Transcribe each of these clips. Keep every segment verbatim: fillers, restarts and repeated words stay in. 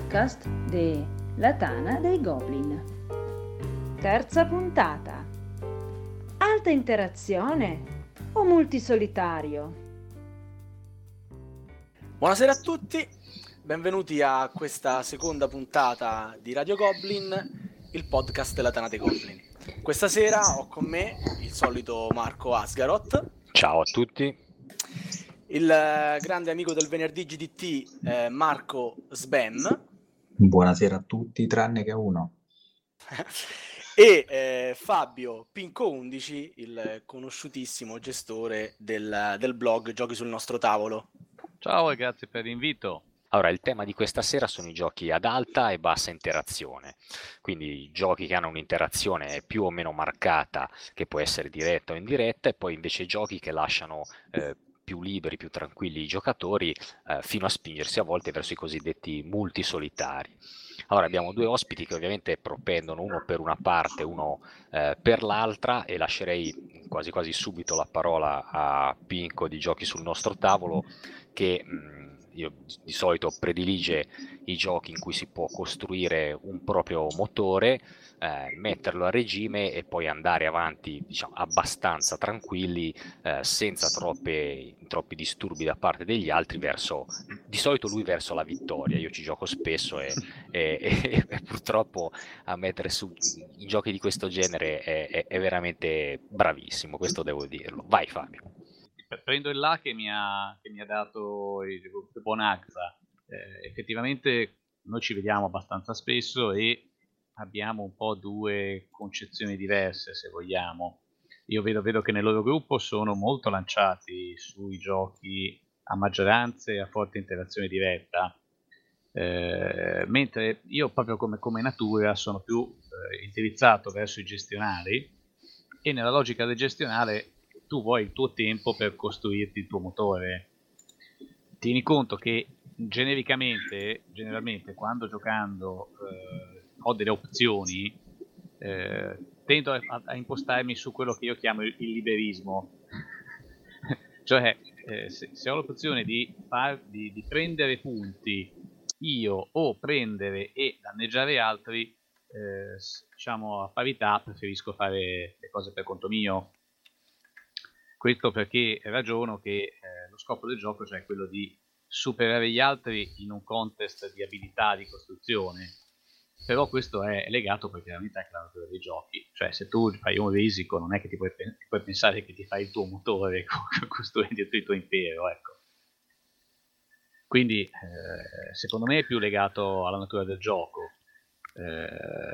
podcast de La Tana dei Goblin. Terza puntata. Alta interazione o multisolitario? Buonasera a tutti, benvenuti a questa seconda puntata di Radio Goblin, il podcast della Tana dei Goblin. Questa sera ho con me il solito Marco Asgaroth. Ciao a tutti. Il eh, grande amico del venerdì G D T, eh, Marco Sben. Buonasera a tutti, tranne che a uno. E eh, Fabio Pinco undici, il conosciutissimo gestore del, del blog Giochi sul nostro tavolo. Ciao e grazie per l'invito. Allora, il tema di questa sera sono i giochi ad alta e bassa interazione, quindi giochi che hanno un'interazione più o meno marcata, che può essere diretta o indiretta, e poi invece giochi che lasciano eh, più liberi, più tranquilli i giocatori, eh, fino a spingersi a volte verso i cosiddetti multisolitari. Allora, abbiamo due ospiti che ovviamente propendono uno per una parte, uno eh, per l'altra, e lascerei quasi quasi subito la parola a Pinco di Giochi sul nostro tavolo, che mh, io di solito predilige i giochi in cui si può costruire un proprio motore, eh, metterlo a regime e poi andare avanti, diciamo, abbastanza tranquilli, eh, senza troppe, troppi disturbi da parte degli altri, verso, di solito lui verso la vittoria. Io ci gioco spesso e, e, e, e purtroppo a mettere su i giochi di questo genere è, è, è veramente bravissimo, questo devo dirlo. Vai Fabio. Prendo il là che mi ha, che mi ha dato il Bonazza. Eh, effettivamente noi ci vediamo abbastanza spesso e abbiamo un po' due concezioni diverse, se vogliamo. Io vedo, vedo che nel loro gruppo sono molto lanciati sui giochi a maggioranza e a forte interazione diretta, eh, mentre io proprio come, come natura sono più eh, indirizzato verso i gestionali, e nella logica del gestionale tu vuoi il tuo tempo per costruirti il tuo motore. Tieni conto che genericamente, generalmente quando giocando eh, ho delle opzioni, eh, tendo a, a impostarmi su quello che io chiamo il, il liberismo. Cioè eh, se, se ho l'opzione di, far, di, di prendere punti io o prendere e danneggiare altri, eh, diciamo a parità preferisco fare le cose per conto mio. Questo perché ragiono che eh, lo scopo del gioco, cioè quello di superare gli altri in un contest di abilità di costruzione, però questo è legato poi chiaramente anche alla natura dei giochi. Cioè se tu fai un risico non è che ti puoi, ti puoi pensare che ti fai il tuo motore costruendo il tuo impero, ecco. Quindi eh, secondo me è più legato alla natura del gioco eh,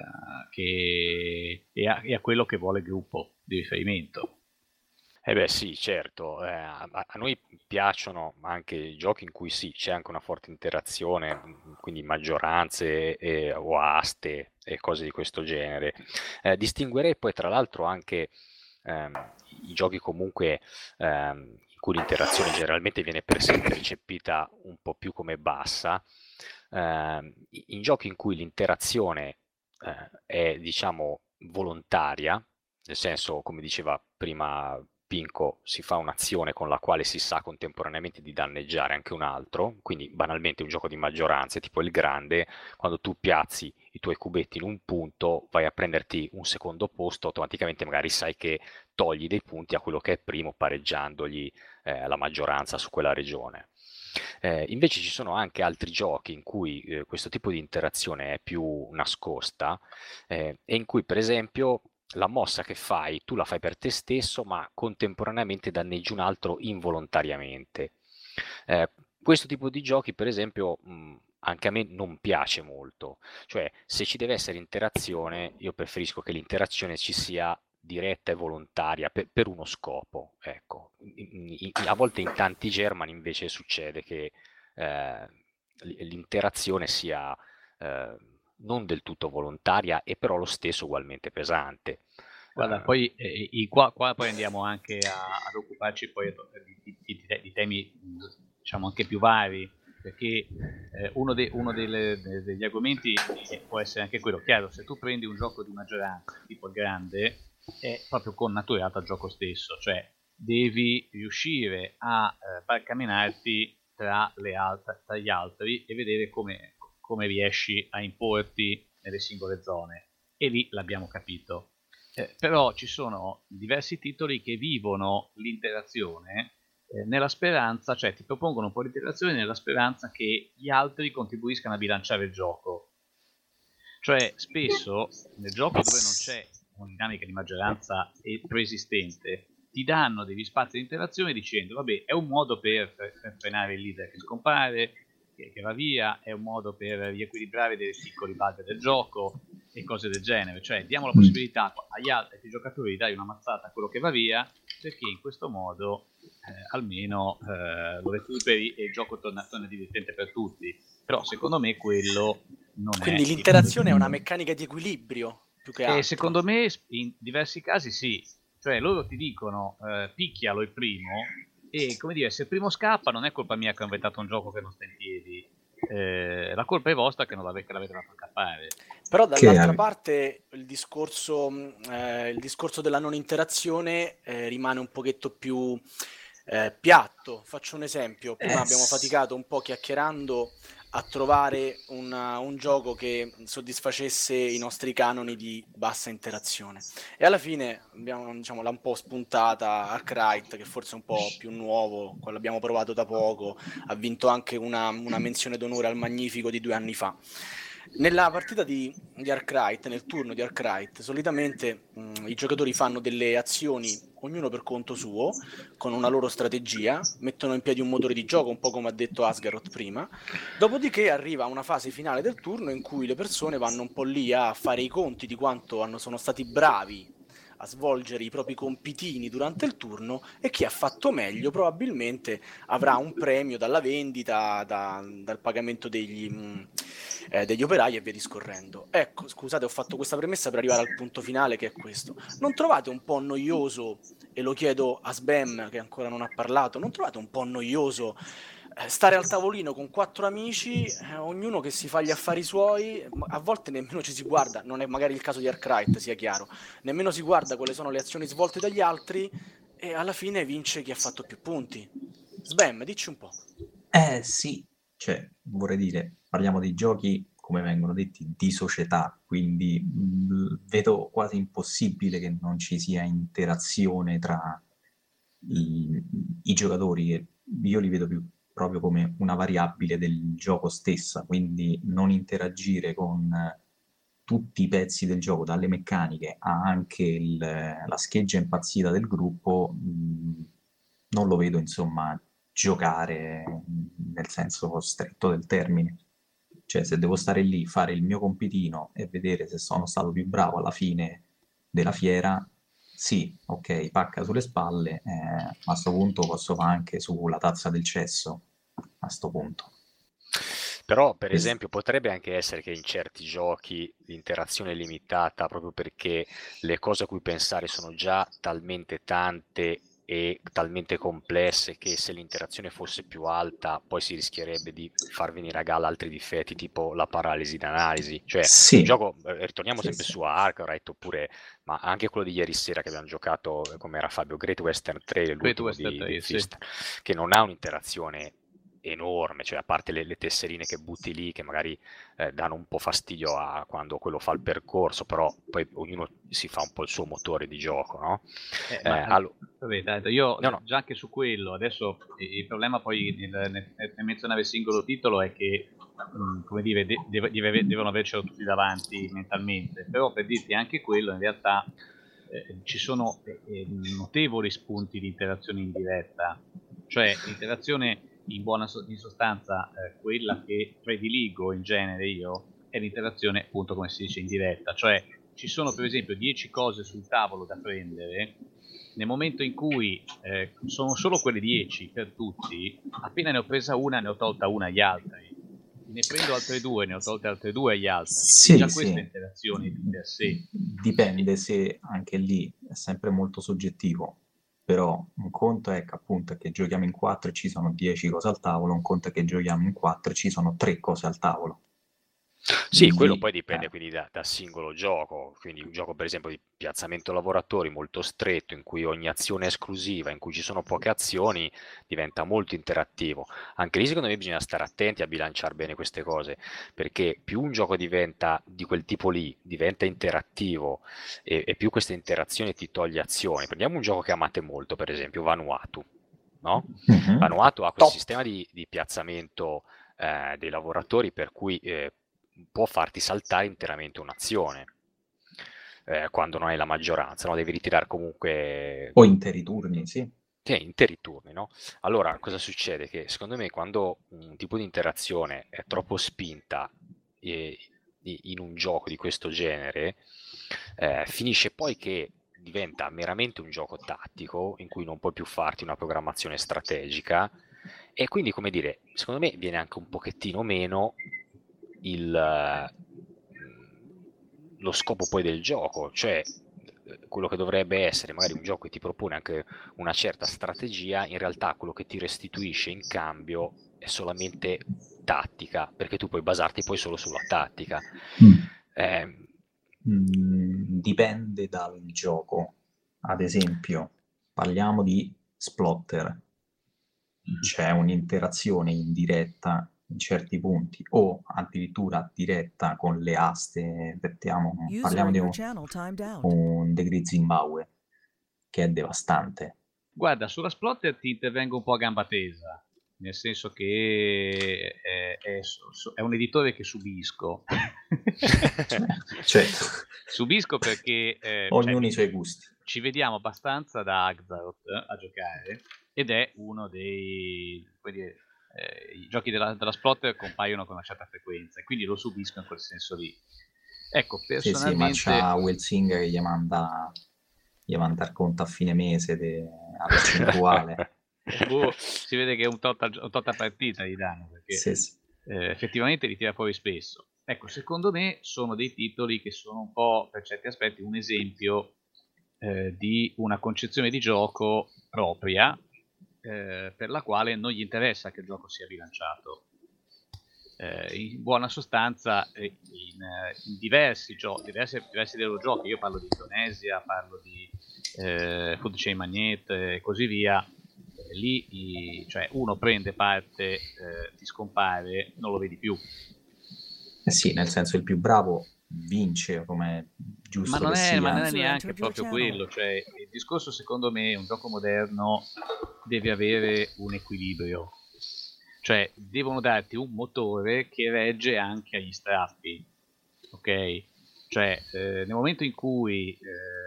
che, e, a, e a quello che vuole il gruppo di riferimento. Eh beh sì, certo, eh, a, a noi piacciono anche i giochi in cui sì, c'è anche una forte interazione, quindi maggioranze e, o aste e cose di questo genere. Eh, distinguerei poi tra l'altro anche ehm, i giochi comunque ehm, in cui l'interazione generalmente viene percepita un po' più come bassa, ehm, in giochi in cui l'interazione eh, è diciamo volontaria, nel senso, come diceva prima Pinco, si fa un'azione con la quale si sa contemporaneamente di danneggiare anche un altro, quindi banalmente un gioco di maggioranze tipo il grande, quando tu piazzi i tuoi cubetti in un punto, vai a prenderti un secondo posto, automaticamente magari sai che togli dei punti a quello che è primo, pareggiandogli eh, la maggioranza su quella regione. Eh, invece ci sono anche altri giochi in cui eh, questo tipo di interazione è più nascosta eh, e in cui per esempio la mossa che fai, tu la fai per te stesso, ma contemporaneamente danneggi un altro involontariamente. Eh, questo tipo di giochi, per esempio, mh, anche a me non piace molto. Cioè, se ci deve essere interazione, io preferisco che l'interazione ci sia diretta e volontaria per, per uno scopo. Ecco. In, in, a volte in tanti German invece succede che eh, l'interazione sia eh, non del tutto volontaria e però lo stesso ugualmente pesante. Guarda, Uh, poi eh, i, qua, qua poi andiamo anche a, ad occuparci poi di, di, di, di temi diciamo anche più vari, perché eh, uno, de, uno delle, de, degli argomenti può essere anche quello. Chiaro, se tu prendi un gioco di maggioranza tipo il grande, è proprio connaturato al gioco stesso, cioè devi riuscire a eh, barcamenarti tra, le altre, tra gli altri e vedere come, come riesci a importi nelle singole zone, e lì l'abbiamo capito. Eh, però ci sono diversi titoli che vivono l'interazione eh, nella speranza, cioè ti propongono un po' di interazione nella speranza che gli altri contribuiscano a bilanciare il gioco. Cioè spesso nel gioco dove non c'è una dinamica di maggioranza preesistente ti danno degli spazi di interazione dicendo vabbè, è un modo per, per frenare il leader che scompare, che, che va via, è un modo per riequilibrare dei piccoli bug del gioco e cose del genere, cioè diamo la possibilità agli altri ai giocatori di dare una mazzata a quello che va via, perché in questo modo eh, almeno eh, lo recuperi e il gioco torna, torna divertente per tutti. Però secondo me quello non Quindi è l'interazione è una meccanica di equilibrio più che altro. e secondo me in diversi casi sì, cioè loro ti dicono eh, picchialo il primo, e come dire, se il primo scappa non è colpa mia che ho inventato un gioco che non sta in piedi, eh, la colpa è vostra che non l'avete, che l'avete fatto scappare. Però dall'altra Che- parte il discorso, eh, il discorso della non interazione eh, rimane un pochetto più eh, piatto. Faccio un esempio: prima Eh, abbiamo s- faticato un po' chiacchierando a trovare una- un gioco che soddisfacesse i nostri canoni di bassa interazione, e alla fine abbiamo, diciamo, l'ha un po' spuntata Arkwright, che forse è un po' più nuovo, quello l'abbiamo provato da poco, ha vinto anche una, una menzione d'onore al Magnifico di due anni fa. Nella partita di, di Arkwright, nel turno di Arkwright, solitamente mh, i giocatori fanno delle azioni, ognuno per conto suo, con una loro strategia, mettono in piedi un motore di gioco, un po' come ha detto Asgaroth prima, dopodiché arriva una fase finale del turno in cui le persone vanno un po' lì a fare i conti di quanto hanno, sono stati bravi a svolgere i propri compitini durante il turno, e chi ha fatto meglio probabilmente avrà un premio dalla vendita, da, dal pagamento degli, mh, eh, degli operai e via discorrendo. Ecco, scusate, ho fatto questa premessa per arrivare al punto finale, che è questo. Non trovate un po' noioso, e lo chiedo a Sbam che ancora non ha parlato, non trovate un po' noioso eh, stare al tavolino con quattro amici, eh, ognuno che si fa gli affari suoi, a volte nemmeno ci si guarda, non è magari il caso di Arkwright, sia chiaro, nemmeno si guarda quali sono le azioni svolte dagli altri, e alla fine vince chi ha fatto più punti. Sbam, dici un po'. eh sì, cioè vorrei dire, parliamo di giochi, come vengono detti, di società, quindi mh, vedo quasi impossibile che non ci sia interazione tra i, i giocatori, e io li vedo più proprio come una variabile del gioco stessa, quindi non interagire con eh, tutti i pezzi del gioco, dalle meccaniche a anche il- la scheggia impazzita del gruppo, mh, non lo vedo insomma giocare mh, nel senso stretto del termine. Cioè, se devo stare lì, fare il mio compitino e vedere se sono stato più bravo alla fine della fiera, sì, ok, pacca sulle spalle, eh, ma a sto punto posso fare anche sulla tazza del cesso, a sto punto. Però, per Questo- esempio, potrebbe anche essere che in certi giochi l'interazione è limitata proprio perché le cose a cui pensare sono già talmente tante e talmente complesse che se l'interazione fosse più alta poi si rischierebbe di far venire a galla altri difetti, tipo la paralisi d'analisi. Cioè, un Sì, gioco, eh, ritorniamo sì, sempre sì. su Arkwright, oppure, ma anche quello di ieri sera che abbiamo giocato, eh, come era Fabio, Great Western Trail, Great l'ultimo Western di, di Trail, sì. Fist, che non ha un'interazione enorme, cioè a parte le, le tesserine che butti lì che magari eh, danno un po' fastidio a quando quello fa il percorso, però poi ognuno si fa un po' il suo motore di gioco, no? Eh, Eh, ma al- allo- vabbè, dai, io no, no, già anche su quello, adesso il il problema poi nel, nel- nel menzionare il singolo titolo è che, mh, come dire, de- deve- deve- devono avercelo tutti davanti mentalmente, però per dirti anche quello in realtà eh, ci sono eh, eh, notevoli spunti di interazione indiretta, cioè l'interazione in buona so- in sostanza, eh, quella che prediligo in genere io, è l'interazione appunto come si dice indiretta, cioè ci sono per esempio dieci cose sul tavolo da prendere, nel momento in cui eh, sono solo quelle dieci per tutti, appena ne ho presa una ne ho tolta una agli altri, ne prendo altre due, ne ho tolte altre due agli altri, e Sì, già questa è sì. interazione di per sé. Dipende, se anche lì è sempre molto soggettivo, però un conto è che appunto che giochiamo in quattro e ci sono dieci cose al tavolo, un conto è che giochiamo in quattro e ci sono tre cose al tavolo. Sì, quello Quindi, poi dipende eh, quindi da, da singolo gioco, quindi un gioco per esempio di piazzamento lavoratori molto stretto, in cui ogni azione è esclusiva, in cui ci sono poche azioni, diventa molto interattivo. Anche lì secondo me bisogna stare attenti a bilanciare bene queste cose, perché più un gioco diventa di quel tipo lì, diventa interattivo e, e più questa interazione ti toglie azioni. Prendiamo un gioco che amate molto, per esempio Vanuatu, no? mhm. Vanuatu ha questo Top. sistema di, di piazzamento eh, dei lavoratori per cui eh, può farti saltare interamente un'azione eh, quando non hai la maggioranza, no? Devi ritirare comunque O interi turni, sì. sì, interi turni, no? Allora, cosa succede? Che secondo me quando un tipo di interazione è troppo spinta eh, in un gioco di questo genere, eh, finisce poi che diventa meramente un gioco tattico in cui non puoi più farti una programmazione strategica e quindi, come dire, secondo me viene anche un pochettino meno il, eh, lo scopo poi del gioco, cioè eh, quello che dovrebbe essere magari un gioco che ti propone anche una certa strategia, in realtà quello che ti restituisce in cambio è solamente tattica, perché tu puoi basarti poi solo sulla tattica. Mm. Eh, Mm, dipende dal gioco. Ad esempio, parliamo di Splotter. C'è un'interazione indiretta in certi punti, o addirittura diretta con le aste. Mettiamo, User parliamo in di your un, channel timed out. un Decree Zimbabwe, che è devastante. Guarda, sulla Splotter ti intervengo un po' a gamba tesa, nel senso che è, è- è un editore che subisco. Certo, Subisco perché eh, cioè, ognuno mi- i suoi gusti. ci vediamo abbastanza da Axaroth eh, a giocare ed è uno dei come dire, eh, i giochi della, della Splotter compaiono con una certa frequenza e quindi lo subisco in quel senso lì. Ecco, Sì, sì, ma personalmente c'ha Welsinger che gli manda, gli manda il conto a fine mese de- alla percentuale. boh, si vede che è un tot, a- un tot a partita gli danno perché Sì, sì. eh, effettivamente li tira fuori spesso. Ecco, secondo me sono dei titoli che sono un po' per certi aspetti un esempio eh, di una concezione di gioco propria eh, per la quale non gli interessa che il gioco sia bilanciato. Eh, in buona sostanza, eh, in, eh, in diversi giochi, diversi, diversi loro giochi, io parlo di Indonesia, parlo di eh, Food Chain Magnet e così via. eh, Lì i- cioè uno prende parte, eh, ti scompare, non lo vedi più. Eh sì, nel senso il più bravo vince, come giusto Ma non che è, ma non sia. è neanche proprio quello, cioè il discorso secondo me un gioco moderno deve avere un equilibrio, cioè devono darti un motore che regge anche agli strappi, ok? Cioè eh, nel momento in cui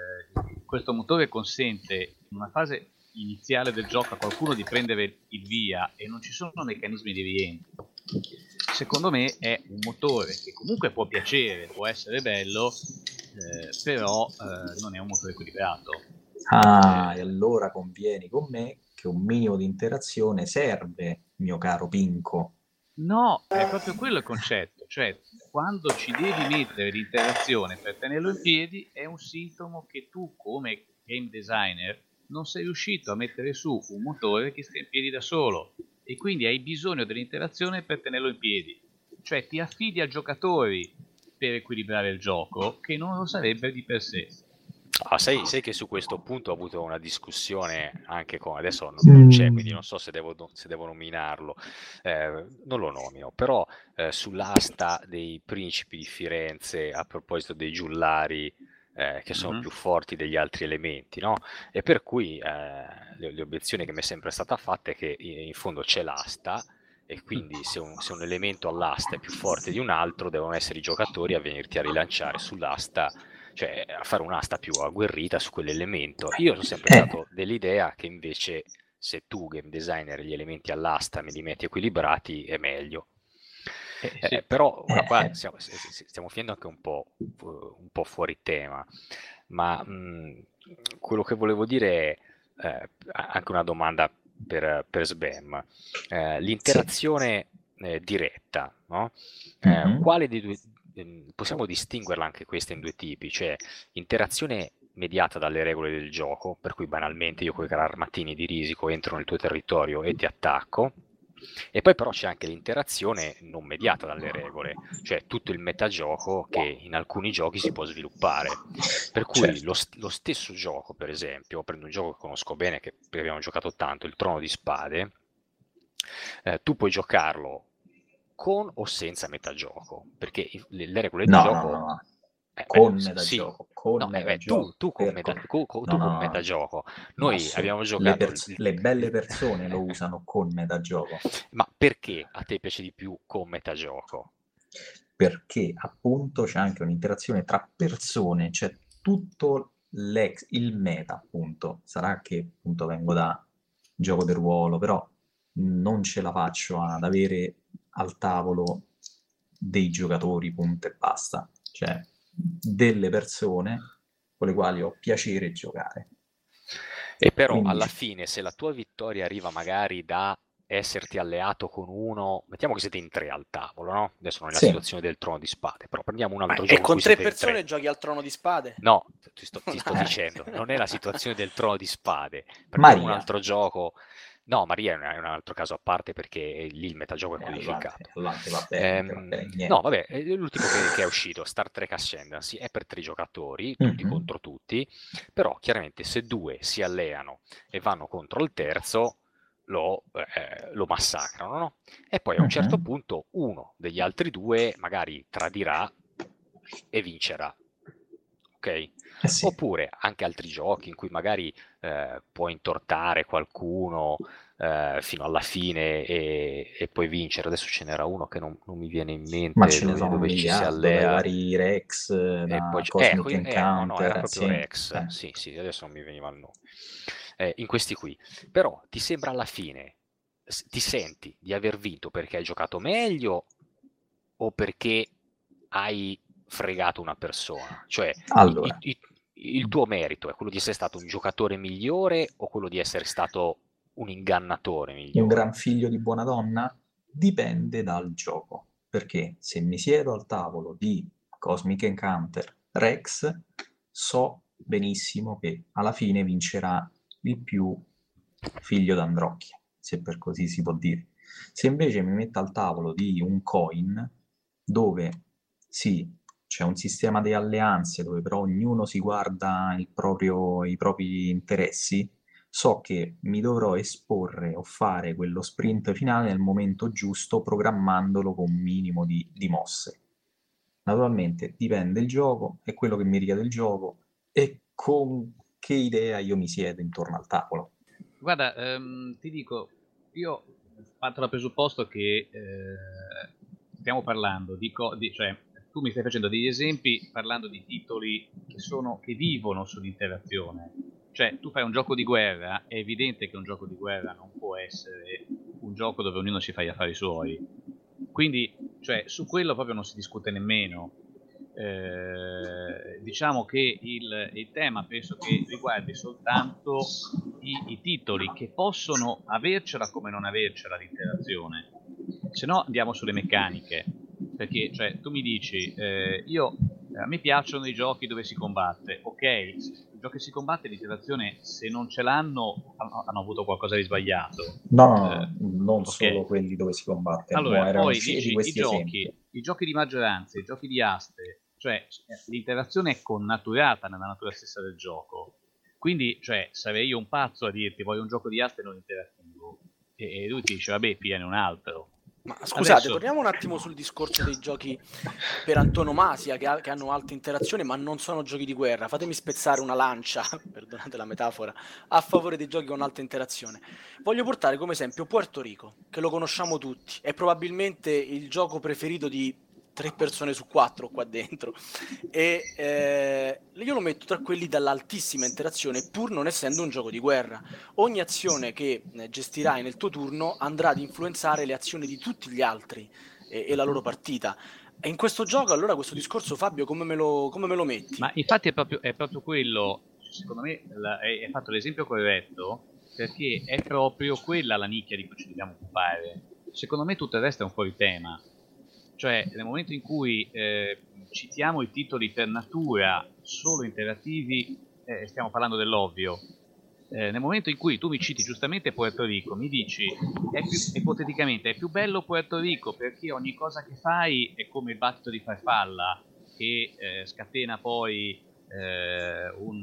eh, questo motore consente in una fase iniziale del gioco a qualcuno di prendere il via e non ci sono meccanismi di rientro, secondo me è un motore che comunque può piacere, può essere bello, eh, però eh, non è un motore equilibrato. Ah, Eh, e allora convieni con me che un minimo di interazione serve, mio caro Pinco. No, è proprio quello il concetto, cioè quando ci devi mettere l'interazione per tenerlo in piedi è un sintomo che tu come game designer non sei riuscito a mettere su un motore che stia in piedi da solo e quindi hai bisogno dell'interazione per tenerlo in piedi, cioè ti affidi a giocatori per equilibrare il gioco che non lo sarebbe di per sé. Ah, sai, sai che su questo punto ho avuto una discussione anche con, adesso non, non c'è, quindi non so se devo, se devo nominarlo, eh, non lo nomino, però eh, sull'asta dei principi di Firenze, a proposito dei giullari, eh, che sono Mhm. più forti degli altri elementi, no? E per cui eh, le, le obiezioni che mi è sempre stata fatta è che in, in fondo c'è l'asta, e quindi se un, se un elemento all'asta è più forte di un altro, devono essere i giocatori a venirti a rilanciare sull'asta, cioè a fare un'asta più agguerrita su quell'elemento. Io sono sempre Eh, stato dell'idea che invece se tu, game designer, gli elementi all'asta me li metti equilibrati è meglio. Eh, Eh, sì. però ora qua eh, stiamo, stiamo finendo anche un po', un po' fuori tema, ma mh, quello che volevo dire è eh, anche una domanda per, per Sbam. Eh, sì. l'interazione eh, diretta, no? Eh, Mhm. quale dei due, ehm, possiamo distinguerla anche questa in due tipi, cioè interazione mediata dalle regole del gioco, per cui banalmente io con i carri armatini di risico entro nel tuo territorio e ti attacco, E poi però c'è anche l'interazione non mediata dalle regole, cioè tutto il metagioco che in alcuni giochi si può sviluppare. Per cui Certo. lo, lo stesso gioco, per esempio, prendo un gioco che conosco bene, che abbiamo giocato tanto, il Trono di Spade, eh, tu puoi giocarlo con o senza metagioco, perché le, le regole di No, no, gioco... no, no. Eh, beh, Con sì, sì. metagioco, con No, eh, beh, tu, metagioco. tu con, Per meta, co- cu- cu- no, tu con no, no, metagioco. ma Noi assolut- abbiamo le, giocato il, pers- il- le belle il- persone lo usano con metagioco. Ma perché a te piace di più con metagioco? Perché appunto c'è anche un'interazione tra persone, c'è tutto l'ex, il meta appunto. Sarà che appunto vengo da gioco del ruolo, però non ce la faccio ad avere al tavolo dei giocatori, punto e basta. Cioè, delle persone con le quali ho piacere giocare. E però Quindi alla c- fine, se la tua vittoria arriva magari da esserti alleato con uno, mettiamo che siete in tre al tavolo, no? Adesso non è la sì, situazione del Trono di Spade, però prendiamo un Ma altro e gioco in con cui tre siete in tre. persone giochi al Trono di Spade? No, ti sto, ti sto Dai. eh, dicendo, non è la situazione del Trono di Spade. Prendiamo un Maria, altro gioco. No, Maria è un è un altro caso a parte perché lì il metagioco è e all'altro, codificato. all'altro va bene, va Ehm, bene no, niente. vabbè, è l'ultimo che, che è uscito, Star Trek Ascendancy, è per tre giocatori, tutti Mhm. contro tutti, però chiaramente se due si alleano e vanno contro il terzo, lo, eh, lo massacrano, no? E poi a un certo Mhm. punto uno degli altri due magari tradirà e vincerà, ok? Eh sì. Oppure anche altri giochi in cui magari eh, puoi intortare qualcuno eh, fino alla fine e, e poi vincere. Adesso ce n'era uno che non, non mi viene in Ma mente ce ne dove, sono un dove ci si miliardo, dai allea vari Rex, e poi da c- eh, Cosmic que- eh, no, no, era Encounter, proprio sì. Rex, Eh. sì, sì, adesso non mi veniva il nome. Eh, in questi qui, però ti sembra alla fine, s- ti senti di aver vinto perché hai giocato meglio o perché hai fregato una persona? Cioè, i- i- Allora, i- il tuo merito è quello di essere stato un giocatore migliore o quello di essere stato un ingannatore un migliore? gran figlio di buona donna dipende dal gioco, perché se mi siedo al tavolo di Cosmic Encounter Rex, so benissimo che alla fine vincerà il più figlio d'Androcchia, se per così si può dire. Se invece mi metto al tavolo di un coin, dove sì, c'è un sistema di alleanze, dove però ognuno si guarda il proprio- i propri interessi, so che mi dovrò esporre o fare quello sprint finale nel momento giusto, programmandolo con un minimo di, di mosse. Naturalmente dipende il gioco, è quello che mi richiede il gioco e con che idea io mi siedo intorno al tavolo. Guarda, ehm, ti dico, io parto dal presupposto che eh, stiamo parlando di, co- di- cioè tu mi stai facendo degli esempi parlando di titoli che sono, che vivono sull'interazione. Cioè, tu fai un gioco di guerra, è evidente che un gioco di guerra non può essere un gioco dove ognuno si fa gli affari suoi. Quindi, cioè, su quello proprio non si discute nemmeno. Eh, diciamo che il, il tema penso che riguardi soltanto i, i titoli che possono avercela come non avercela l'interazione, se no andiamo sulle meccaniche, perché cioè, tu mi dici eh, io a me piacciono i giochi dove si combatte, ok, i giochi si combatte l'interazione se non ce l'hanno hanno, hanno avuto qualcosa di sbagliato. No, no, Eh, no, non ok, solo quelli dove si combatte, mo allora erano poi usciti dici i questi giochi esempi. i giochi di maggioranza, i giochi di aste, cioè eh, l'interazione è connaturata nella natura stessa del gioco. Quindi, cioè, sarei io un pazzo a dirti voglio un gioco di aste non interattivo. E, e lui ti dice, vabbè, pigliane un altro. Ma scusate, Adesso, torniamo un attimo sul discorso dei giochi per antonomasia che, ha- che hanno alta interazione, ma non sono giochi di guerra. Fatemi spezzare una lancia, perdonate la metafora, a favore dei giochi con alta interazione. Voglio portare come esempio Puerto Rico, che lo conosciamo tutti, è probabilmente il gioco preferito di tre persone su quattro qua dentro. E eh, io lo metto tra quelli dall'altissima interazione, pur non essendo un gioco di guerra. Ogni azione che eh, gestirai nel tuo turno andrà ad influenzare le azioni di tutti gli altri e, e la loro partita. E in questo gioco, allora, questo discorso, Fabio, come me lo, come me lo metti? ma infatti è proprio, è proprio quello, secondo me la- hai hai fatto l'esempio corretto, perché è proprio quella la nicchia di cui ci dobbiamo occupare. Secondo me tutto il resto è un fuori tema. Cioè, nel momento in cui eh, citiamo i titoli per natura solo interattivi, eh, stiamo parlando dell'ovvio. eh, nel momento in cui tu mi citi giustamente Puerto Rico, mi dici è più, ipoteticamente è più bello Puerto Rico perché ogni cosa che fai è come il battito di farfalla che eh, scatena poi eh, un,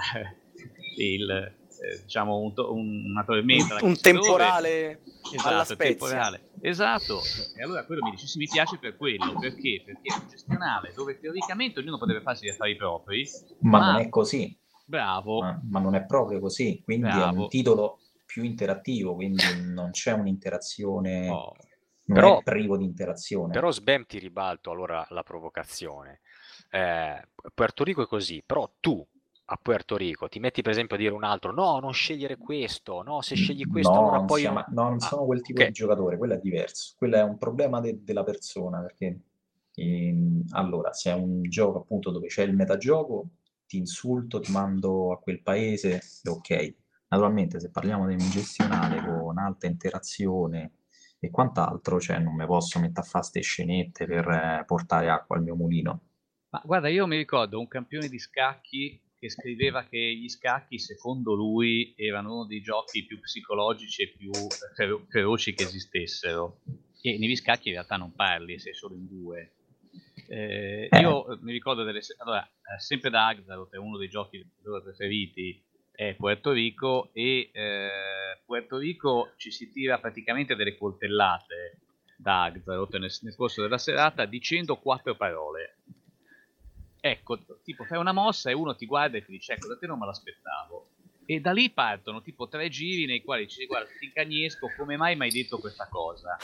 il, eh, diciamo un to- un, una tormenta un, un temporale esatto, alla Spezia. Temporale. Esatto, e allora quello mi dice sì, mi piace per quello, perché? Perché è un gestionale dove teoricamente ognuno potrebbe farsi gli affari propri, Ma, ma non è così. bravo, Ma, ma non è proprio così, quindi è bravo. un titolo più interattivo, quindi non c'è un'interazione, Oh. non Però- è privo di interazione. Però Sbam, ti ribalto allora la provocazione. Eh, Puerto Rico è così, però tu a Puerto Rico ti metti per esempio a dire un altro no, non scegliere questo, no, se scegli questo No, allora non, poi siamo- non... no, non Ah, sono quel tipo ok. di giocatore, quello è diverso, quello è un problema de- della persona, perché ehm, allora, se è un gioco appunto dove c'è il metagioco, ti insulto, ti mando a quel paese, ok. Naturalmente se parliamo di un gestionale con alta interazione e quant'altro, cioè non mi posso mettere a fare ste scenette per eh, portare acqua al mio mulino. Ma guarda, io mi ricordo un campione di scacchi che scriveva che gli scacchi, secondo lui, erano uno dei giochi più psicologici e più fero- feroci che esistessero. E negli scacchi in realtà non parli, sei solo in due. Eh, Eh. io eh, mi ricordo delle... se- Allora, eh, sempre da Axaroth è uno dei giochi loro preferiti, è Puerto Rico, e eh, Puerto Rico ci si tira praticamente delle coltellate da Axaroth nel, nel corso della serata dicendo quattro parole. Ecco, tipo fai una mossa e uno ti guarda e ti dice ecco, da te non me l'aspettavo. E da lì partono tipo tre giri nei quali dici guarda, ti incagnesco, come mai mi hai detto questa cosa?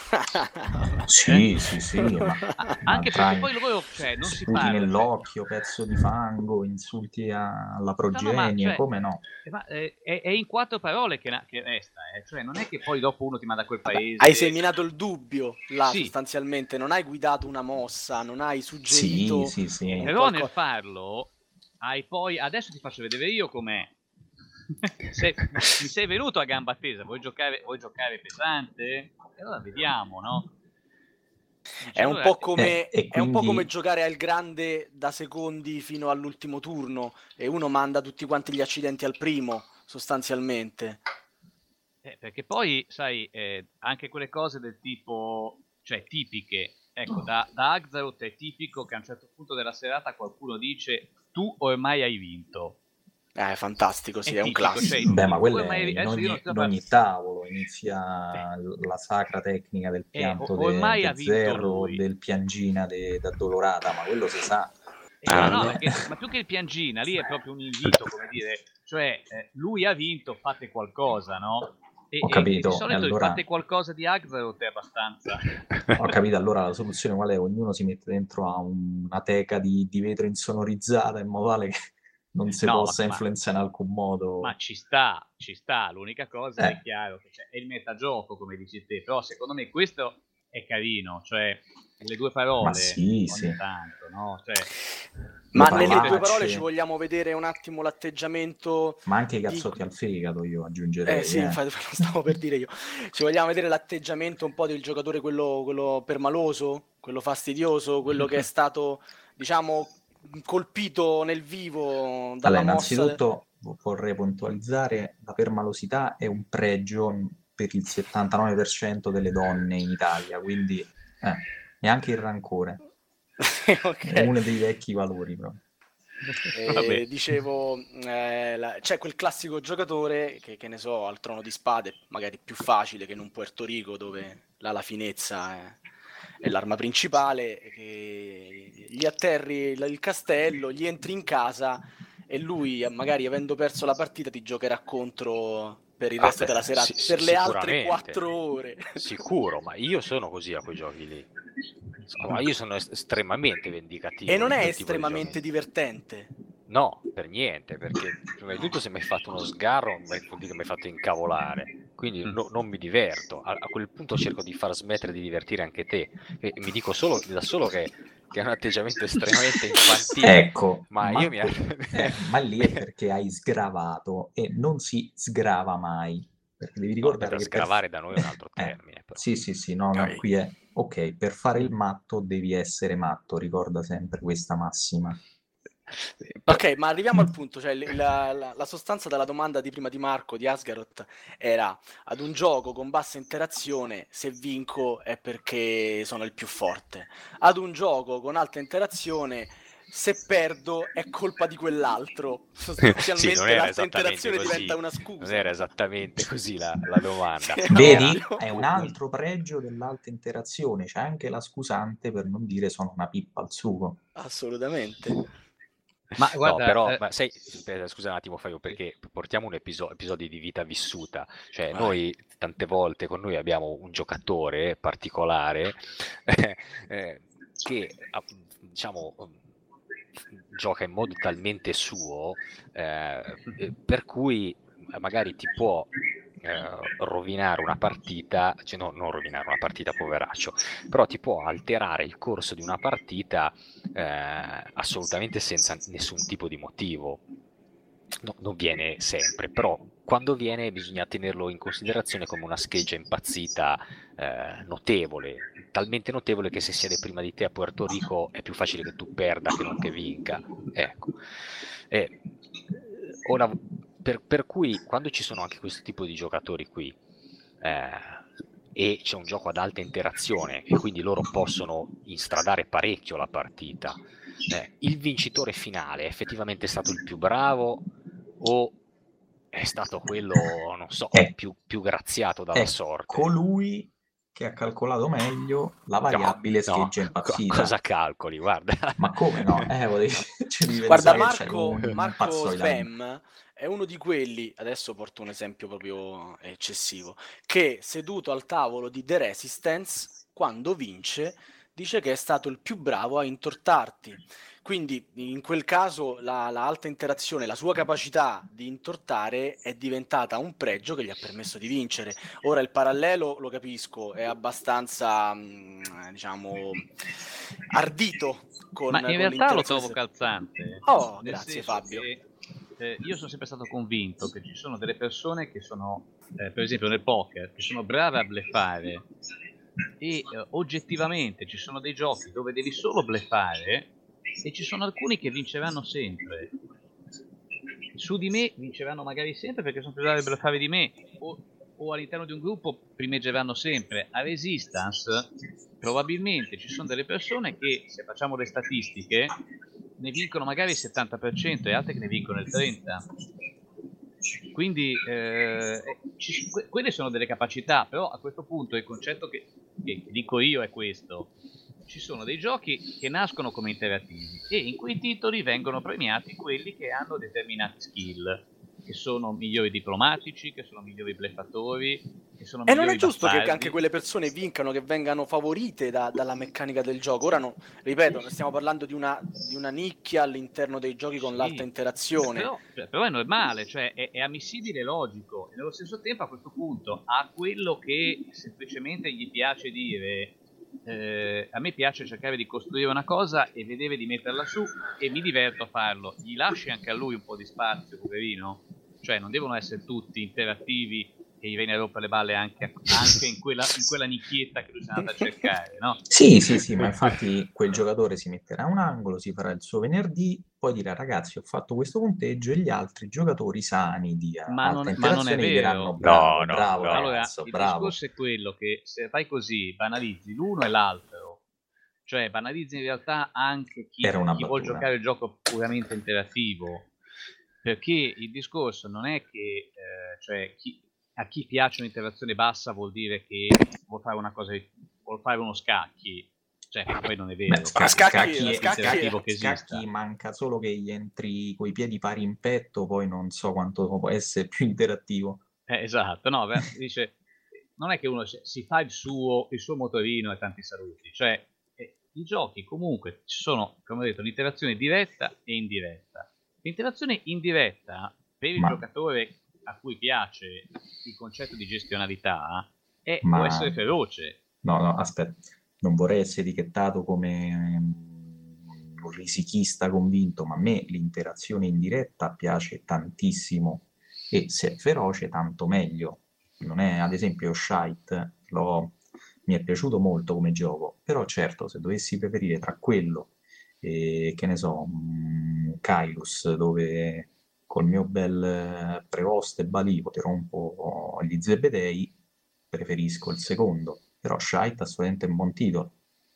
Sì, sì, sì, ma, A- ma anche tra perché poi loro, cioè, non si sputi parla, cioè- nell'occhio, pezzo di fango, insulti a- alla No, no, ma, progenie, cioè, come no? eh, ma, eh, è, è in quattro parole che, na- che resta, eh. Cioè non è che poi dopo uno ti manda a quel Vabbè, paese. hai seminato il dubbio là Sì. sostanzialmente, non hai guidato una mossa, non hai Sì, suggerito sì, sì. un Però nel qualcosa. farlo hai poi, adesso ti faccio vedere io com'è. Sei- mi sei venuto a gamba tesa, vuoi giocare, vuoi giocare pesante? E allora vediamo, no? Dici, È un allora, po' come, Eh, e è un po' come quindi- giocare al grande da secondi fino all'ultimo turno e uno manda tutti quanti gli accidenti al primo, sostanzialmente. eh, perché poi, sai, eh, anche quelle cose del tipo, cioè tipiche, ecco, da, da Axaroth è tipico che a un certo punto della serata qualcuno dice tu ormai hai vinto. Eh, è fantastico, sì, È è, un tipico, classico. cioè, Beh, ma tu quello ormai è hai- in adesso io non ogni, ti do in par- ogni tavolo, inizia Eh. la sacra tecnica del Eh, pianto o- ormai de, ha de vinto zero, lui. del piangina de, da dolorata, ma quello si sa. Eh, Ah, no, Eh, ma, che- ma più che il piangina, lì è proprio un invito, come dire, cioè eh, lui ha vinto, fate qualcosa, no? E, Ho e- capito, e di e solito il allora- fate qualcosa di Axaroth è abbastanza... Ho capito, allora la soluzione qual è? Ognuno si mette dentro a un- una teca di, di vetro insonorizzata in modo tale che non si No, ma- possa ma- influenzare in alcun modo. Ma ci sta, ci sta, l'unica cosa Eh. è chiaro che c'è, è il metagioco, come dici te, però secondo me questo è carino, cioè le due parole Ma sì, ogni sì. tanto, no? Cioè, Ma Le nelle due parolacce. parole ci vogliamo vedere un attimo l'atteggiamento Ma anche i di- cazzotti al fegato io aggiungerei. Eh sì, eh. infatti lo stavo per dire io. Ci vogliamo vedere l'atteggiamento un po' del giocatore, quello, quello permaloso, quello fastidioso, quello che è stato, diciamo, colpito nel vivo dalla Allora, mossa. innanzitutto vorrei puntualizzare la permalosità è un pregio per il settantanove per cento delle donne in Italia, quindi eh, neanche il rancore, Ok. è uno dei vecchi valori proprio. Eh, Vabbè. dicevo, eh, la- c'è quel classico giocatore che, che ne so, al Trono di Spade, magari più facile che in un Puerto Rico dove là la finezza è, è l'arma principale, che gli atterri il, il castello, gli entri in casa e lui, magari avendo perso la partita, ti giocherà contro per il Ah, resto beh, della serata, sì, per sì, le altre sicuramente. quattro ore. Sicuro, ma io sono così a quei giochi lì. Ma io sono est- estremamente vendicativo. E non in è quel tipo di estremamente giochi. divertente. No, per niente, perché prima di tutto se mi hai fatto uno sgarro mi vuol dire che mi hai fatto incavolare, quindi Mm. no- non mi diverto. A, a quel punto cerco di far smettere di divertire anche te. E mi dico solo, da solo che, che è un atteggiamento estremamente infantile. Ecco, Ma io mi- eh, ma lì è perché hai sgravato e non si sgrava mai. Perché devi No, ricordare per che per- sgravare da noi è un altro Eh, termine, però. sì, sì, sì, no, no, Ok. qui è ok, per fare il matto devi essere matto, ricorda sempre questa massima. Ok, ma arriviamo al punto, cioè l- la, la- la sostanza della domanda di prima di Marco, di Asgaroth, era: ad un gioco con bassa interazione, se vinco è perché sono il più forte. Ad un gioco con alta interazione, se perdo è colpa di quell'altro. Sì, non Sostanzialmente era l'alta esattamente interazione diventa così, una non scusa. era esattamente così la, la domanda. Sì, Era, Vedi? ovvio. È un altro pregio dell'alta interazione, c'è anche la scusante per non dire sono una pippa al sugo. Assolutamente. Ma no, guarda, però, eh, ma sai, aspetta, scusa un attimo Fabio, perché portiamo un episo- episodi di vita vissuta, cioè Vai. noi tante volte con noi abbiamo un giocatore particolare eh, eh, che ah, diciamo gioca in modo talmente suo eh, eh, per cui magari ti può eh, rovinare una partita, cioè no, non rovinare una partita, poveraccio, però ti può alterare il corso di una partita eh, assolutamente senza nessun tipo di motivo. No, non viene sempre, però quando viene bisogna tenerlo in considerazione come una scheggia impazzita eh, notevole, talmente notevole che se siede prima di te a Puerto Rico è più facile che tu perda che non che vinca. Ecco. E, ora, per, per cui quando ci sono anche questo tipo di giocatori qui eh, e c'è un gioco ad alta interazione e quindi loro possono instradare parecchio la partita, eh, il vincitore finale è effettivamente stato il più bravo o è stato quello, non so, È, più, più graziato dalla è sorte? colui che ha calcolato meglio la No, variabile no, scheggia co- impazzita. cosa calcoli? Guarda. Ma come no? Eh, volevi- ci devi Guarda, pensare che c'è Marco, un Marco pazzo di tanto. Sfem è uno di quelli, adesso porto un esempio proprio eccessivo, che seduto al tavolo di The Resistance, quando vince, dice che è stato il più bravo a intortarti. Quindi in quel caso la, la alta interazione, la sua capacità di intortare è diventata un pregio che gli ha permesso di vincere. Ora il parallelo, lo capisco, è abbastanza, mh, diciamo, ardito con, ma in con realtà lo l'interazione. trovo calzante, Oh, nel grazie senso Fabio. che eh, io sono sempre stato convinto che ci sono delle persone che sono, eh, per esempio nel poker, che sono brave a bluffare e eh, oggettivamente ci sono dei giochi dove devi solo bluffare e ci sono alcuni che vinceranno sempre. Su di me vinceranno magari sempre perché sono più bravi a bluffare di me, o, o all'interno di un gruppo primeggeranno sempre. A Resistance probabilmente ci sono delle persone che, se facciamo le statistiche, ne vincono magari il settanta per cento e altre che ne vincono il trenta per cento. Quindi eh, ci, que- quelle sono delle capacità, però a questo punto il concetto che, che dico io è questo: ci sono dei giochi che nascono come interattivi e in quei titoli vengono premiati quelli che hanno determinate skill, che sono migliori diplomatici, che sono migliori bleffatori, che sono E non migliori è giusto che bastardi. anche quelle persone vincano, che vengano favorite da- dalla meccanica del gioco. Ora, no, ripeto, stiamo parlando di una, di una nicchia all'interno dei giochi con Sì, l'alta interazione. però, cioè, però è normale, cioè è, è ammissibile e logico, e nello stesso tempo a questo punto a quello che semplicemente gli piace dire eh, a me piace cercare di costruire una cosa e vedere di metterla su e mi diverto a farlo, gli lasci anche a lui un po' di spazio, poverino, cioè non devono essere tutti interattivi e gli viene a rompere le balle anche, anche in, quella, in quella nicchietta che lui si è andato a cercare, no? Sì, sì, sì, ma infatti quel giocatore si metterà a un angolo, si farà il suo venerdì, poi dirà ragazzi ho fatto questo punteggio e gli altri giocatori sani di eh, Ma non, alta ma non è interazione gli diranno vero. bravo, No, no, bravo no. Allora, ragazzo, il bravo. discorso è quello che se fai così, banalizzi l'uno e l'altro, cioè banalizzi in realtà anche chi, Era una chi vuol battuta. giocare il gioco puramente interattivo, perché il discorso non è che eh, cioè, chi, a chi piace un'interazione bassa vuol dire che vuol fare una cosa, vuol fare uno scacchi, cioè che poi non è vero. Beh, sca- Scacchi- scacchi, è scacchi- interattivo che scacchi esista. manca solo che gli entri coi piedi pari in petto, poi non so quanto può essere più interattivo. Eh, esatto, no, beh, dice, non è che uno si si fa il suo, il suo motorino e tanti saluti, cioè eh, i giochi comunque ci sono, come ho detto, un'interazione diretta e indiretta. L'interazione indiretta per il Ma- giocatore a cui piace il concetto di gestionalità è, Ma- può essere feroce. No, no, aspetta, non vorrei essere etichettato come ehm, un risichista convinto, ma a me l'interazione indiretta piace tantissimo e se è feroce tanto meglio. Non è, ad esempio, Shite, l'ho- mi è piaciuto molto come gioco, però certo, se dovessi preferire tra quello e, che ne so, mh, Kailus, dove col mio bel Prevost e Balivo ti rompo gli Zebedei, preferisco il secondo, però Shite assolutamente un buon titolo.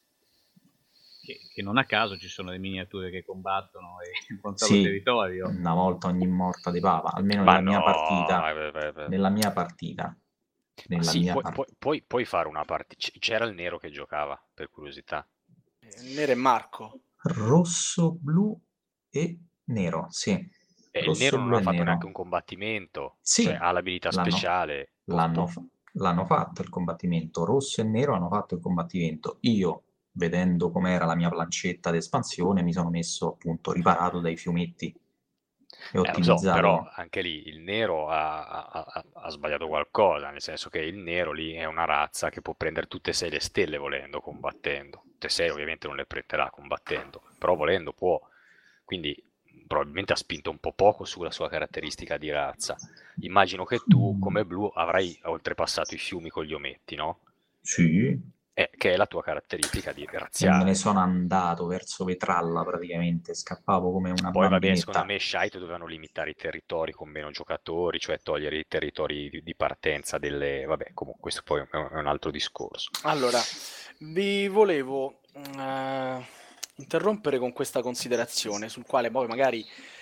Che, che non a caso ci sono le miniature che combattono e controllano Sì, il territorio. una volta ogni morta di papa, almeno Ma nella mia no, partita, eh, beh, beh. nella mia partita, Ma nella sì, mia puoi, partita. puoi- puoi- puoi fare una partita. C'era il nero che giocava, per curiosità. Eh, Nero e Marco. Rosso, blu e nero, sì. E il nero Rosso, non blu ha e fatto neanche nero. un combattimento, cioè Sì, ha l'abilità l'hanno, speciale. po- l'hanno po- fa- l'hanno fatto il combattimento. Rosso e nero hanno fatto il combattimento. Io, vedendo com'era la mia plancetta d'espansione, mi sono messo appunto riparato dai fiumetti e Eh, lo so, però ottimizzato. anche lì il nero ha, ha- ha- ha sbagliato qualcosa, nel senso che il nero lì è una razza che può prendere tutte e sei le stelle volendo, combattendo. Tutte e sei ovviamente non le prenderà combattendo, però volendo può. Quindi probabilmente ha spinto un po' poco sulla sua caratteristica di razza. Immagino che tu, Mm, come blu, avrai oltrepassato i fiumi con gli ometti, no? sì, Eh, che è la tua caratteristica di e me ne razziale. sono andato verso Vetralla praticamente, scappavo come una Poi vabbè, secondo bambinetta. me Shite dovevano limitare i territori con meno giocatori, cioè togliere i territori di, di partenza delle... Vabbè, comunque questo poi è un, è un altro discorso. Allora, vi volevo eh, interrompere con questa considerazione, sul quale poi magari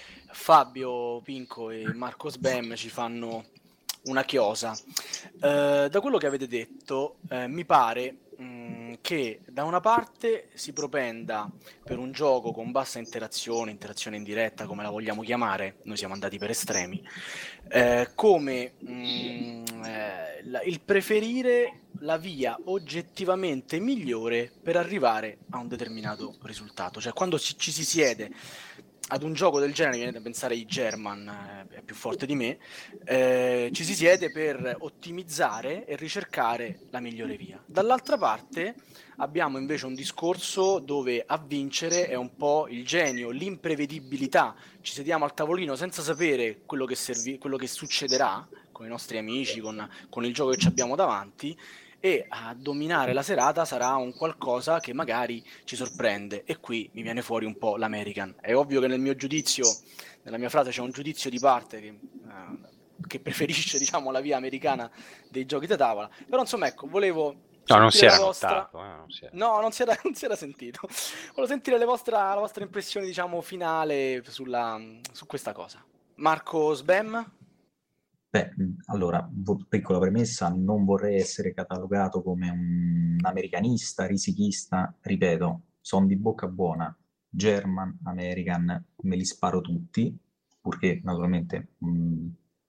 Fabio, Pinco e Marco Sbem ci fanno una chiosa. Eh, da quello che avete detto, eh, mi pare mh, che da una parte si propenda per un gioco con bassa interazione, interazione indiretta, come la vogliamo chiamare, noi siamo andati per estremi, eh, come mh, eh, la- il preferire la via oggettivamente migliore per arrivare a un determinato risultato. Cioè, quando ci, ci si siede ad un gioco del genere, mi viene da pensare ai German, eh, è più forte di me, eh, ci si siede per ottimizzare e ricercare la migliore via. Dall'altra parte abbiamo invece un discorso dove a vincere è un po' il genio, l'imprevedibilità. Ci sediamo al tavolino senza sapere quello che, servi- quello che succederà con i nostri amici, con, con il gioco che ci abbiamo davanti, e a dominare la serata sarà un qualcosa che magari ci sorprende. E qui mi viene fuori un po' l'American. È ovvio che nel mio giudizio, nella mia frase c'è un giudizio di parte che, eh, che preferisce, diciamo, la via americana dei giochi da tavola. Però insomma, ecco, volevo No, non si sentire la era vostra... notato, eh, non si era- No, non si era, non si era sentito. Volevo sentire le vostra, la vostra impressione, diciamo, finale sulla, su questa cosa. Marco Sbem? Beh, mh, allora, vo- piccola premessa, non vorrei essere catalogato come un americanista, risichista, ripeto, sono di bocca buona, German, American, me li sparo tutti, purché naturalmente mh,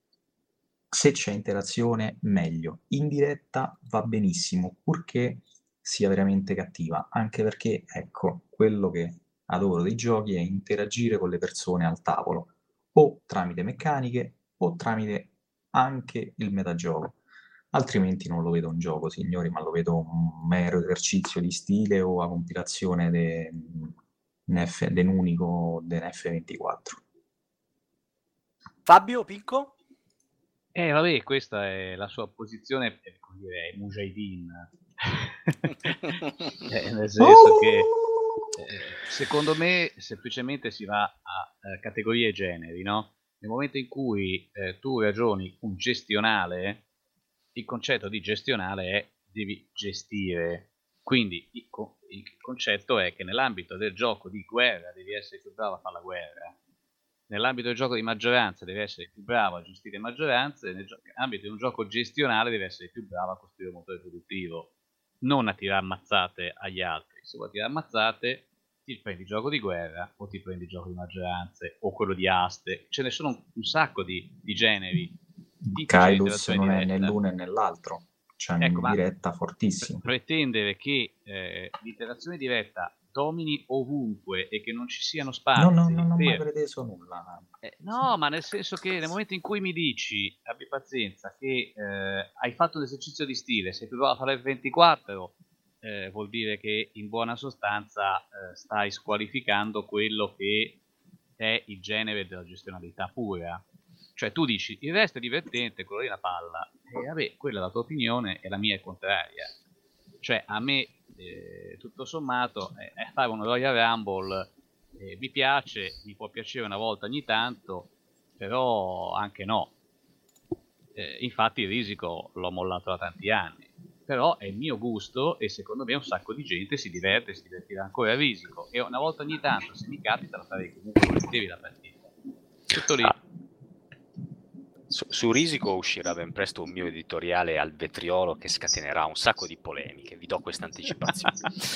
se c'è interazione meglio, indiretta va benissimo, purché sia veramente cattiva, anche perché, ecco, quello che adoro dei giochi è interagire con le persone al tavolo, o tramite meccaniche o tramite anche il metagioco. Altrimenti non lo vedo un gioco, signori, ma lo vedo un mero esercizio di stile o a compilazione de, F, dell'unico dell'F ventiquattro. Fabio? Pinco? Eh, vabbè, questa è la sua posizione, eh, come dire, è Mujahideen. Eh, nel senso che eh, secondo me semplicemente si va a eh, categorie e generi, no? Nel momento in cui eh, tu ragioni un gestionale, il concetto di gestionale è devi gestire. Quindi il, co- il concetto è che nell'ambito del gioco di guerra devi essere più bravo a fare la guerra. Nell'ambito del gioco di maggioranza devi essere più bravo a gestire maggioranze, nell'ambito di un gioco gestionale devi essere più bravo a costruire un motore produttivo, non a tirare ammazzate agli altri. Se vuoi tirare ammazzate, ti prendi il gioco di guerra o ti prendi il gioco di maggioranze o quello di aste. Ce ne sono un, un sacco di, di generi tipici di Kailus interazione non è né diretta. l'uno né l'altro, c'è Ecco, un ma diretta pre- fortissimo. pretendere che eh, l'interazione diretta domini ovunque e che non ci siano No, no, spazi non ho mai per... preteso nulla. Eh, no, ma nel senso che nel momento in cui mi dici, abbi pazienza, che eh, hai fatto un esercizio di stile, sei più bravo a fare il ventiquattro, eh, vuol dire che in buona sostanza eh, stai squalificando quello che è il genere della gestionalità pura. Cioè tu dici, il resto è divertente, quello lì è una palla. E vabbè, quella è la tua opinione e la mia è contraria. Cioè a me, eh, tutto sommato, eh, fare un Royal Rumble Eh, mi piace, mi può piacere una volta ogni tanto, però anche no. Eh, infatti il Risico l'ho mollato da tanti anni, però è il mio gusto e secondo me un sacco di gente si diverte, si divertirà ancora a Risico, e una volta ogni tanto, se mi capita, la farei comunque volentieri la partita. Tutto lì. Ah. Su, su Risico uscirà ben presto un mio editoriale al vetriolo che scatenerà un sacco di polemiche, vi do questa anticipazione.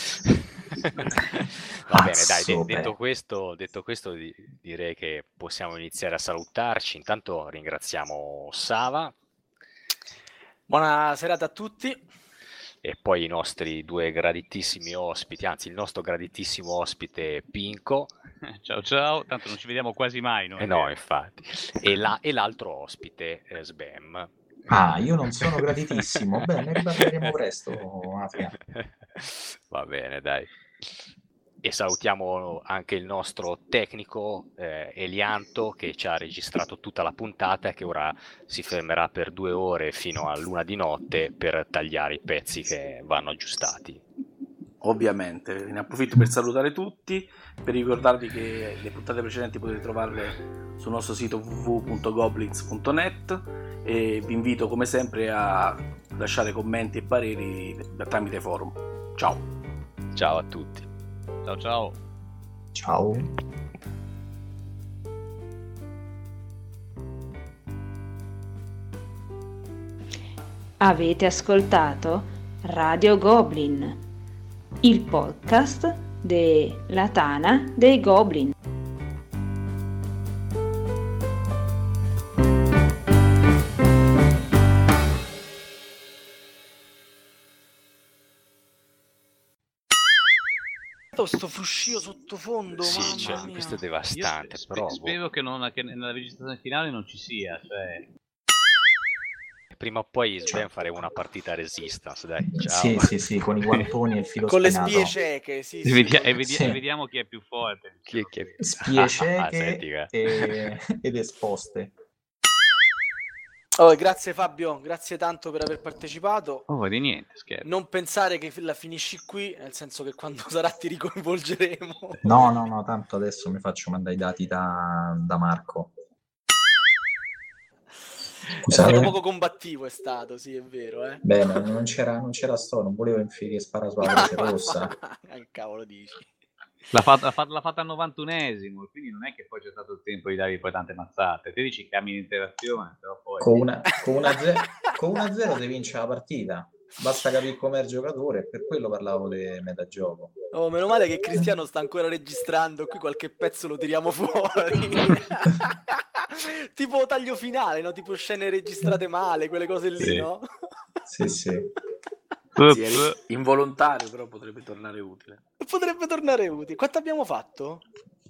Va bene, dai, de- detto questo, detto questo di- direi che possiamo iniziare a salutarci. Intanto ringraziamo Sava. Buona serata a tutti. E poi i nostri due graditissimi ospiti, anzi il nostro graditissimo ospite Pinco. Ciao ciao, tanto non ci vediamo quasi mai noi. Eh no, infatti. E, la, e l'altro ospite, eh, Sbam. Ah, io non sono gratitissimo. Beh, ne riparleremo presto, Mafia. Va bene, dai. E salutiamo anche il nostro tecnico eh, Elianto, che ci ha registrato tutta la puntata e che ora si fermerà per due ore fino a luna di notte per tagliare i pezzi che vanno aggiustati. Ovviamente, ne approfitto per salutare tutti, per ricordarvi che le puntate precedenti potete trovarle sul nostro sito w w w punto goblins punto net e vi invito come sempre a lasciare commenti e pareri tramite forum. Ciao. Ciao a tutti. Ciao ciao. Ciao. Avete ascoltato Radio Goblin, il podcast della Tana dei Goblin. Sto fruscio sottofondo, Sì, mamma cioè, mia. questo è devastante. Io spe- però spero che, non, che nella registrazione finale non ci sia, cioè... prima o poi Sven fare una partita Resistance, dai. Ciao. Sì, sì, sì, con i guantoni e il filo Con le spenato. spie cieche, sì, E, sì. vedia- e vedi- Sì. e vediamo chi è più forte. Chi è che... Spie Ah, cieche senti che- e... ed esposte. Oh, grazie Fabio, grazie tanto per aver partecipato. Oh, di niente, scherzo. Non pensare che la finisci qui, nel senso che quando sarà ti ricoinvolgeremo. No, no, no, tanto adesso mi faccio mandare i dati da, da Marco. È stato Scusate. poco combattivo, è stato, sì, è vero, eh. Beh, ma non c'era, non c'era sto, non volevo infierire spara sulla croce rossa. Che cavolo dici? L'ha fatta, l'ha fatta, l'ha fatta al novantunesimo, quindi non è che poi c'è stato il tempo di dargli poi tante mazzate. Te dici cambia in interazione, però poi... Con una, con una, ze- con una zero si vince la partita. Basta capire com'è il giocatore, per quello parlavo di metagioco. Oh, meno male che Cristiano sta ancora registrando, qui qualche pezzo lo tiriamo fuori. Tipo taglio finale, no? Tipo scene registrate male, quelle cose lì, Sì. no? Sì, sì. Sì, è involontario, però potrebbe tornare utile. Potrebbe tornare utile. Quanto abbiamo fatto?